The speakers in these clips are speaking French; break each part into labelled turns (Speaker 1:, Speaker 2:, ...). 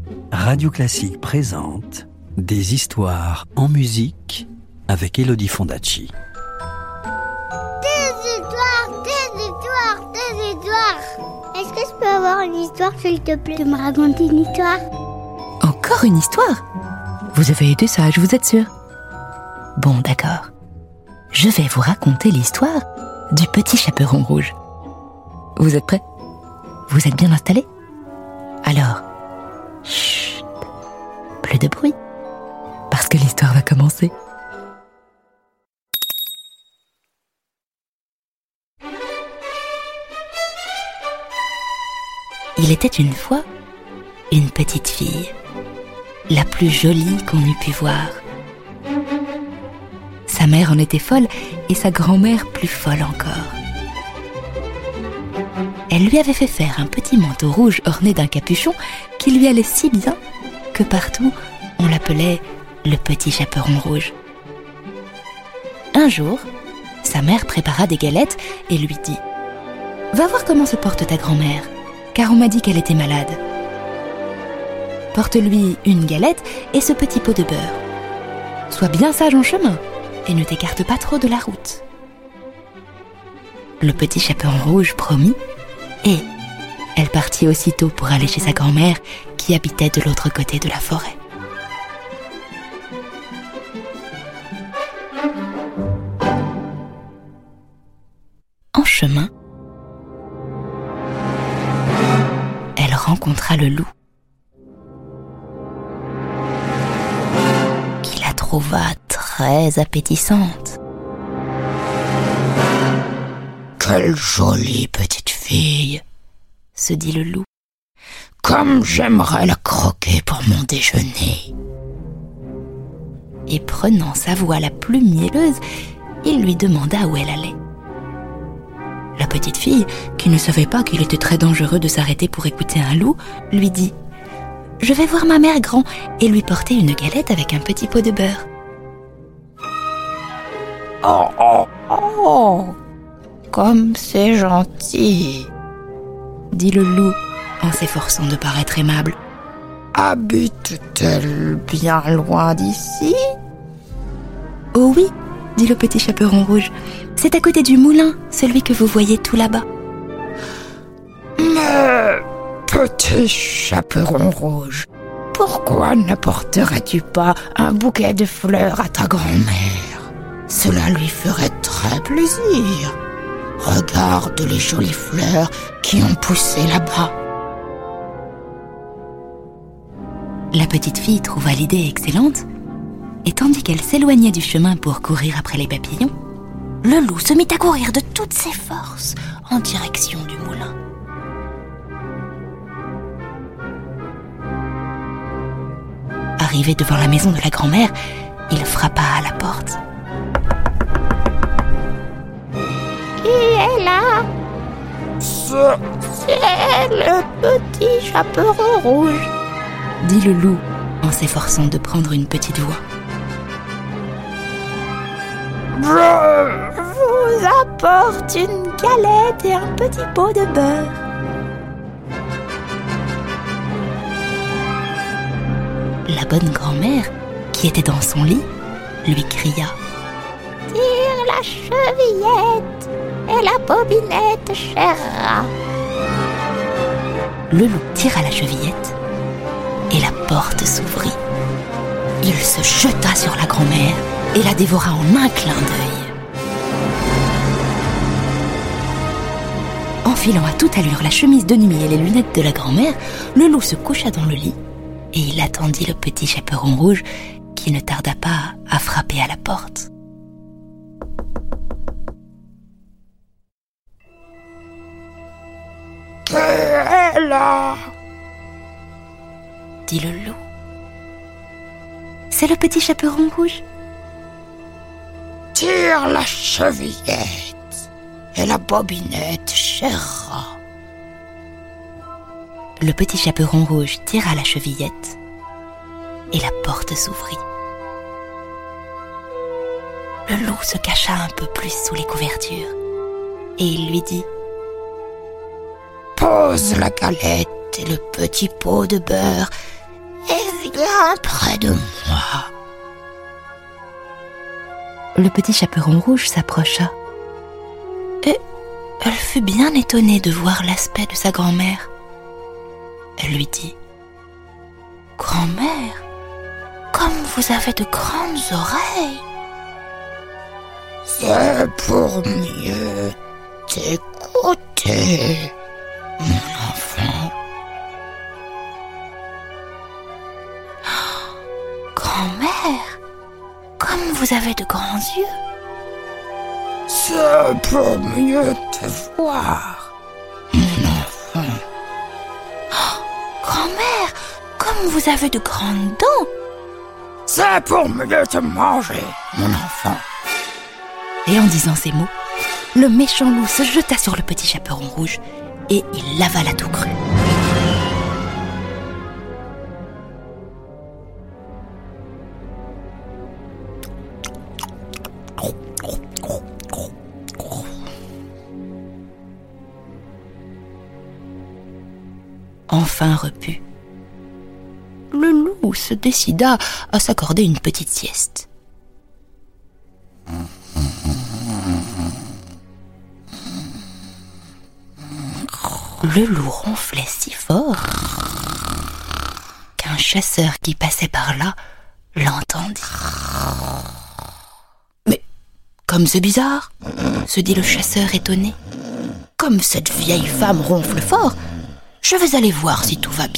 Speaker 1: Radio Classique présente Des histoires en musique avec Elodie Fondacci.
Speaker 2: Des histoires. Est-ce que je peux avoir une histoire, s'il te plaît, de me raconter une histoire?
Speaker 3: Encore une histoire? Vous avez été sage, vous êtes sûr? Bon, d'accord. Je vais vous raconter l'histoire du petit chaperon rouge. Vous êtes prêts? Vous êtes bien installés? Alors, chut, plus de bruit, parce que l'histoire va commencer. Il était une fois une petite fille, la plus jolie qu'on eût pu voir. Sa mère en était folle et sa grand-mère plus folle encore. Elle lui avait fait faire un petit manteau rouge orné d'un capuchon qui lui allait si bien que partout on l'appelait le petit chaperon rouge. Un jour, sa mère prépara des galettes et lui dit « Va voir comment se porte ta grand-mère, car on m'a dit qu'elle était malade. Porte-lui une galette et ce petit pot de beurre. Sois bien sage en chemin et ne t'écarte pas trop de la route. » Le petit chaperon rouge promit et elle partit aussitôt pour aller chez sa grand-mère qui habitait de l'autre côté de la forêt. En chemin, elle rencontra le loup, qui la trouva très appétissante. « Quelle jolie petite fille !» se dit le loup. « Comme j'aimerais la croquer pour mon déjeuner !» Et prenant sa voix la plus mielleuse, il lui demanda où elle allait. La petite fille, qui ne savait pas qu'il était très dangereux de s'arrêter pour écouter un loup, lui dit « Je vais voir ma mère grand et lui porter une galette avec un petit pot de beurre. »« Oh, comme c'est gentil !» dit le loup en s'efforçant de paraître aimable. « Habite-t-elle bien loin d'ici ?»« Oh oui, » dit le petit chaperon rouge. « C'est à côté du moulin, celui que vous voyez tout là-bas. »« Mais, petit chaperon rouge, pourquoi n'apporterais-tu pas un bouquet de fleurs à ta grand-mère? Cela lui ferait très plaisir. Regarde les jolies fleurs qui ont poussé là-bas. » La petite fille trouva l'idée excellente, et tandis qu'elle s'éloignait du chemin pour courir après les papillons, le loup se mit à courir de toutes ses forces en direction du moulin. Arrivé devant la maison de la grand-mère, il frappa à la porte. « Qui est là ? » « C'est le petit chaperon rouge, » dit le loup en s'efforçant de prendre une petite voix. « Je vous apporte une galette et un petit pot de beurre. » La bonne grand-mère, qui était dans son lit, lui cria « Tire la chevillette et la bobinette, cher rat. » Le loup tira la chevillette et la porte s'ouvrit. Il se jeta sur la grand-mère et la dévora en un clin d'œil. Enfilant à toute allure la chemise de nuit et les lunettes de la grand-mère, le loup se coucha dans le lit et il attendit le petit chaperon rouge qui ne tarda pas à frapper à la porte. « Qui est là ?» dit le loup. « C'est le petit chaperon rouge. »« Tire la chevillette et la bobinette, cher rat. » Le petit chaperon rouge tira la chevillette et la porte s'ouvrit. Le loup se cacha un peu plus sous les couvertures et il lui dit « Pose la galette et le petit pot de beurre Viens près de moi. Le petit chaperon rouge s'approcha. Et elle fut bien étonnée de voir l'aspect de sa grand-mère. Elle lui dit: Grand-mère, comme vous avez de grandes oreilles. C'est pour mieux t'écouter, mon enfant. Grand-mère, comme vous avez de grands yeux. C'est pour mieux te voir, mon enfant. Grand-mère, comme vous avez de grandes dents. C'est pour mieux te manger, mon enfant. Et en disant ces mots, le méchant loup se jeta sur le petit chaperon rouge et il l'avala tout cru. Enfin repu, le loup se décida à s'accorder une petite sieste. Le loup ronflait si fort qu'un chasseur qui passait par là l'entendit. « Mais comme c'est bizarre !» se dit le chasseur étonné. « Comme cette vieille femme ronfle fort, je vais aller voir si tout va bien. »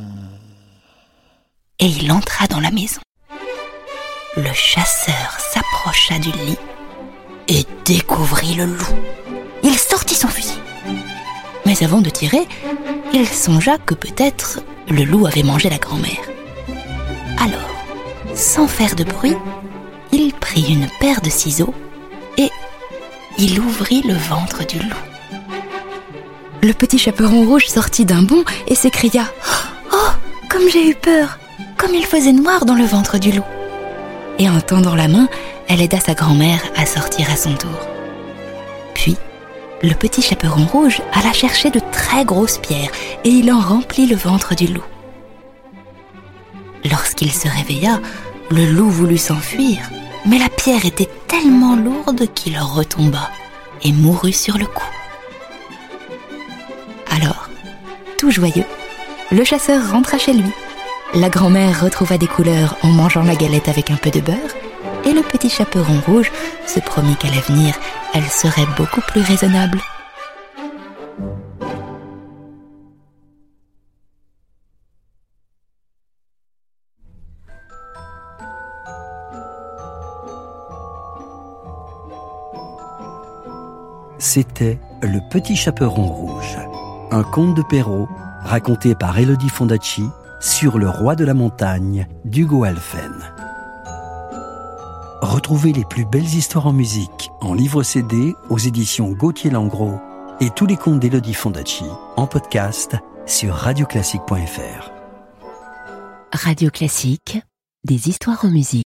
Speaker 3: Et il entra dans la maison. Le chasseur s'approcha du lit et découvrit le loup. Il sortit son fusil. Mais avant de tirer, il songea que peut-être le loup avait mangé la grand-mère. Alors, sans faire de bruit, il prit une paire de ciseaux et il ouvrit le ventre du loup. Le petit chaperon rouge sortit d'un bond et s'écria « Oh, comme j'ai eu peur ! Comme il faisait noir dans le ventre du loup !» Et en tendant la main, elle aida sa grand-mère à sortir à son tour. Puis, le petit chaperon rouge alla chercher de très grosses pierres et il en remplit le ventre du loup. Lorsqu'il se réveilla, le loup voulut s'enfuir, mais la pierre était tellement lourde qu'il retomba et mourut sur le coup. Alors, tout joyeux, le chasseur rentra chez lui. La grand-mère retrouva des couleurs en mangeant la galette avec un peu de beurre et le petit chaperon rouge se promit qu'à l'avenir, elle serait beaucoup plus raisonnable.
Speaker 1: C'était Le Petit Chaperon Rouge, un conte de Perrault raconté par Elodie Fondacci sur le roi de la montagne d'Hugo Alphen. Retrouvez les plus belles histoires en musique en livre CD aux éditions Gauthier-Langros et tous les contes d'Elodie Fondacci en podcast sur radioclassique.fr.
Speaker 4: Radio Classique, des histoires en musique.